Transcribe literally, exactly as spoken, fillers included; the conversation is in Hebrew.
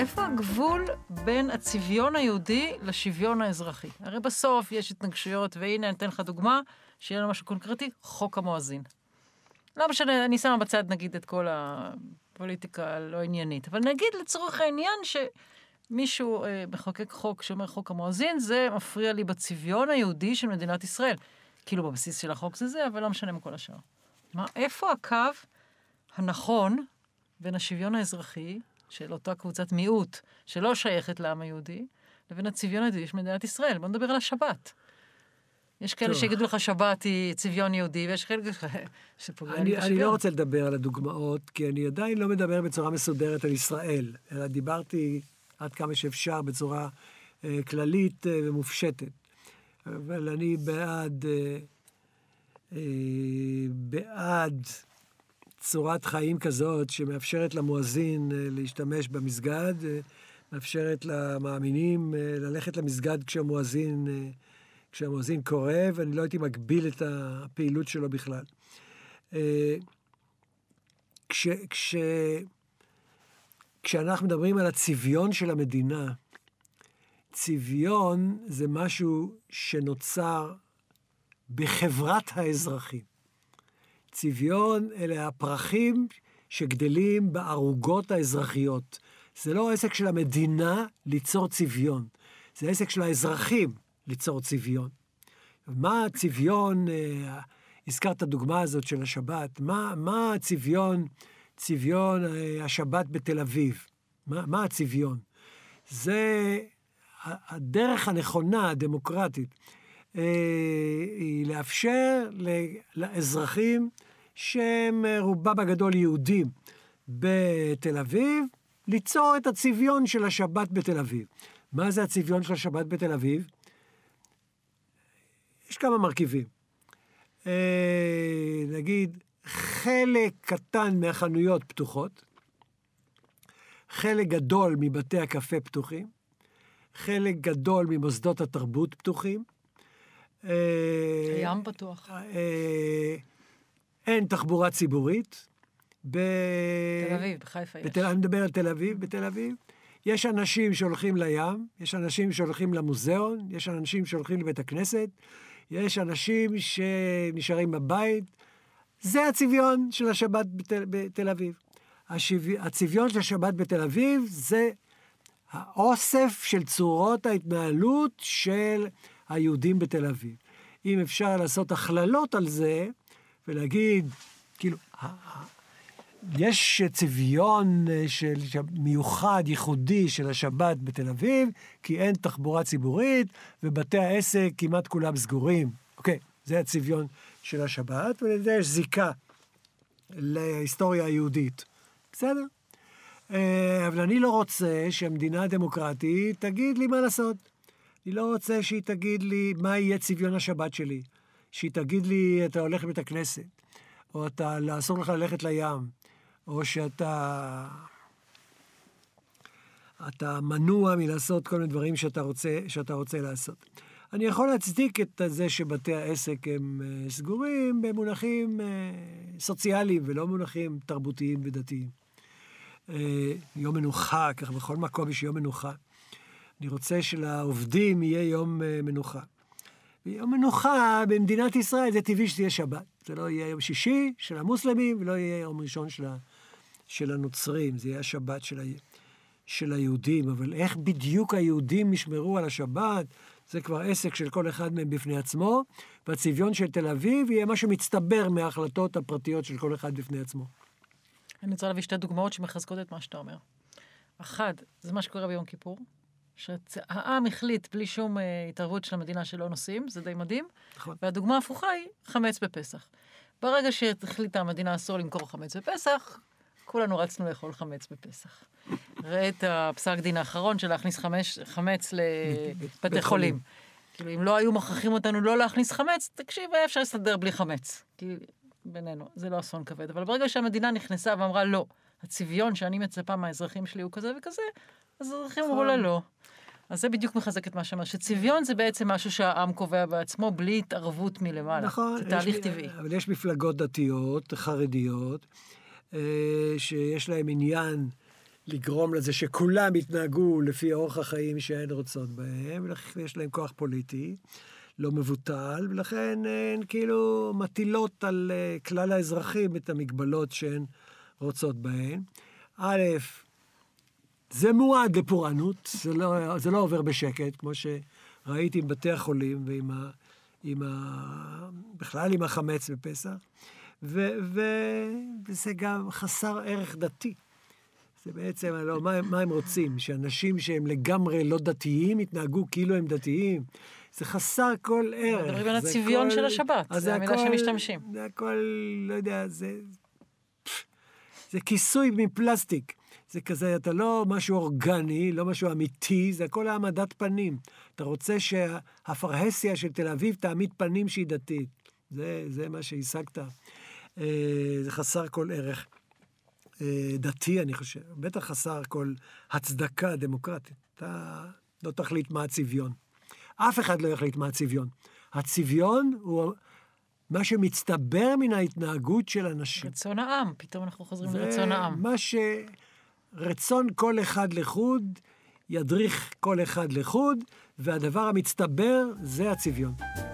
איפה הגבול בין הצביון היהודי לשוויון האזרחי? הרי בסוף יש התנגשויות, והנה אני אתן לך דוגמה, שיהיה לנו משהו קונקרטי, חוק המואזין. לא משנה, אני שמה בצד נגיד את כל הפוליטיקה הלא עניינית, אבל נגיד לצורך העניין שמישהו אה, מחוקק חוק שאומר חוק המואזין, זה מפריע לי בצביון היהודי של מדינת ישראל. כאילו בבסיס של החוק זה זה, אבל לא משנה מכל השאר. מה, איפה הקו הנכון בין השוויון האזרחי, של אותה קבוצת מיעוט, שלא שייכת לעם היהודי, לבין הצביון היהודי של מדינת ישראל? בוא נדבר על השבת. יש כאלה שיגידו לך שבת היא צביון יהודי, ויש כאלה שפוגע לי בשוויון. אני לא רוצה לדבר על הדוגמאות, כי אני עדיין לא מדבר בצורה מסודרת על ישראל, אלא דיברתי עד כמה שאפשר בצורה אה, כללית אה, ומופשטת. אבל אני בעד, אה, אה, בעד צורת חיים כזאת, שמאפשרת למואזין אה, להשתמש במסגד, אה, מאפשרת למאמינים אה, ללכת למסגד כשהמואזין אה, כשהמואזין קורא, ואני לא הייתי מגביל את הפעילות שלו בכלל. כש, כש, כשאנחנו מדברים על הצביון של המדינה, צביון זה משהו שנוצר בחברת האזרחים. צביון אלה הפרחים שגדלים בערוגות האזרחיות. זה לא עסק של המדינה ליצור צביון, זה עסק של האזרחים ליצור צביון. מה הצביון, אה, הזכרת את הדוגמה הזאת של השבת, מה, מה הצביון, צביון אה, השבת בתל אביב? מה, מה הצביון? זה הדרך הנכונה, הדמוקרטית, אה, היא לאפשר לאזרחים שהם רובם הגדול יהודים בתל אביב, ליצור את הצביון של השבת בתל אביב. מה זה הצביון של השבת בתל אביב? יש כמה מרכיבים. אה, נגיד, חלק קטן מהחנויות פתוחות, חלק גדול מבתי הקפה פתוחים, חלק גדול ממוסדות התרבות פתוחים. אה, הים פתוח. אה, אין תחבורה ציבורית. ב... תל אביב, בחיפה יש. בתל... אני מדבר על תל אביב, בתל אביב. יש אנשים שהולכים לים, יש אנשים שהולכים למוזיאון, יש אנשים שהולכים לבית הכנסת, יש אנשים שנשארים בבית. זה הצביון של השבת בתל, בתל אביב. השו... הצביון של השבת בתל אביב זה האוסף של צורות ההתנהלות של היהודים בתל אביב. אם אפשר לעשות הכללות על זה, ולהגיד, כאילו, יש צביון של מיוחד, ייחודי של השבת בתל אביב, כי אין תחבורה ציבורית, ובתי העסק כמעט כולם סגורים. אוקיי, זה הצביון של השבת, ולזה יש זיקה להיסטוריה היהודית. בסדר? אבל אני לא רוצה שהמדינה הדמוקרטית תגיד לי מה לעשות. אני לא רוצה שהיא תגיד לי מה יהיה צביון השבת שלי. שהיא תגיד לי, אתה הולך לבית הכנסת, או אתה, אסור לך ללכת לים, או שאתה אתה מנוע מלעשות כל מיני דברים שאתה רוצה, שאתה רוצה לעשות. אני יכול להצדיק את זה שבתי העסק הם סגורים במונחים סוציאליים, ולא מונחים תרבותיים ודתיים. יום מנוחה, ככה בכל מקום יש יום מנוחה. אני רוצה שלעובדים יהיה יום מנוחה. יום מנוחה במדינת ישראל זה טבעי שתהיה שבת. זה לא יהיה יום שישי של המוסלמים, ולא יהיה יום ראשון של, ה, של הנוצרים. זה יהיה השבת של, ה, של היהודים. אבל איך בדיוק היהודים ישמרו על השבת, זה כבר עסק של כל אחד מהם בפני עצמו, והצביון של תל אביב יהיה משהו מצטבר מההחלטות הפרטיות של כל אחד בפני עצמו. אני רוצה להביא שתי דוגמאות שמחזקות את מה שאתה אומר. אחד, זה מה שקורה ביום כיפור, שהעם החליט בלי שום אה, התערבות של המדינה שלא נוסעים, זה די מדהים. נכון. והדוגמה ההפוכה היא חמץ בפסח. ברגע שהחליטה המדינה אסור למכור חמץ בפסח, כולנו רצנו לאכול חמץ בפסח. ראה את הפסק דין האחרון של להכניס חמץ, חמץ לבתי חולים. כאילו, אם לא היו מכרחים אותנו לא להכניס חמץ, תקשיב, היה אפשר לסדר בלי חמץ. כי בינינו, זה לא אסון כבד. אבל ברגע שהמדינה נכנסה ואמרה לא, הצביון שאני מצפה מהאזרחים שלי הוא כזה וכזה, אז האזרחים אמרו לה לא. אז זה בדיוק מחזק את מה שאומר, שצביון זה בעצם משהו שהעם קובע בעצמו, בלי התערבות מלמעלה. נכון. זה תהליך טבעי. אבל יש מפלגות דתיות, חרדיות, שיש להם עניין לגרום לזה שכולם יתנהגו לפי אורח החיים שהן רוצות בהם, ויש להם כוח פוליטי, לא מבוטל, ולכן הן כאילו מטילות על כלל האזרחים את המגבלות שהן רוצות בהן. א', זה מועד לפורענות, זה לא, זה לא עובר בשקט, כמו שראיתי עם בתי החולים ועם ה... עם ה... בכלל עם החמץ בפסח, ו... ו... וזה גם חסר ערך דתי. זה בעצם, לא, מה, מה הם רוצים? שאנשים שהם לגמרי לא דתיים יתנהגו כאילו הם דתיים? זה חסר כל ערך. מדברים על הצביון כל... של השבת, זה המילה שמשתמשים. זה הכל, לא יודע, זה... זה כיסוי מפלסטיק. זה כזה, אתה לא משהו אורגני, לא משהו אמיתי, זה הכל העמדת פנים. אתה רוצה שהפרהסיה של תל אביב תעמיד פנים שהיא דתית. זה, זה מה שהשגת. זה חסר כל ערך דתי, אני חושב. בטח חסר כל הצדקה דמוקרטית. אתה לא תחליט מה הצביון. אף אחד לא יחליט מה הצביון. הצביון הוא מה שמצטבר מן ההתנהגות של אנשים. רצון העם, פתאום אנחנו חוזרים לרצון העם. מה שרצון כל אחד לחוד, ידריך כל אחד לחוד, והדבר המצטבר זה הצביון.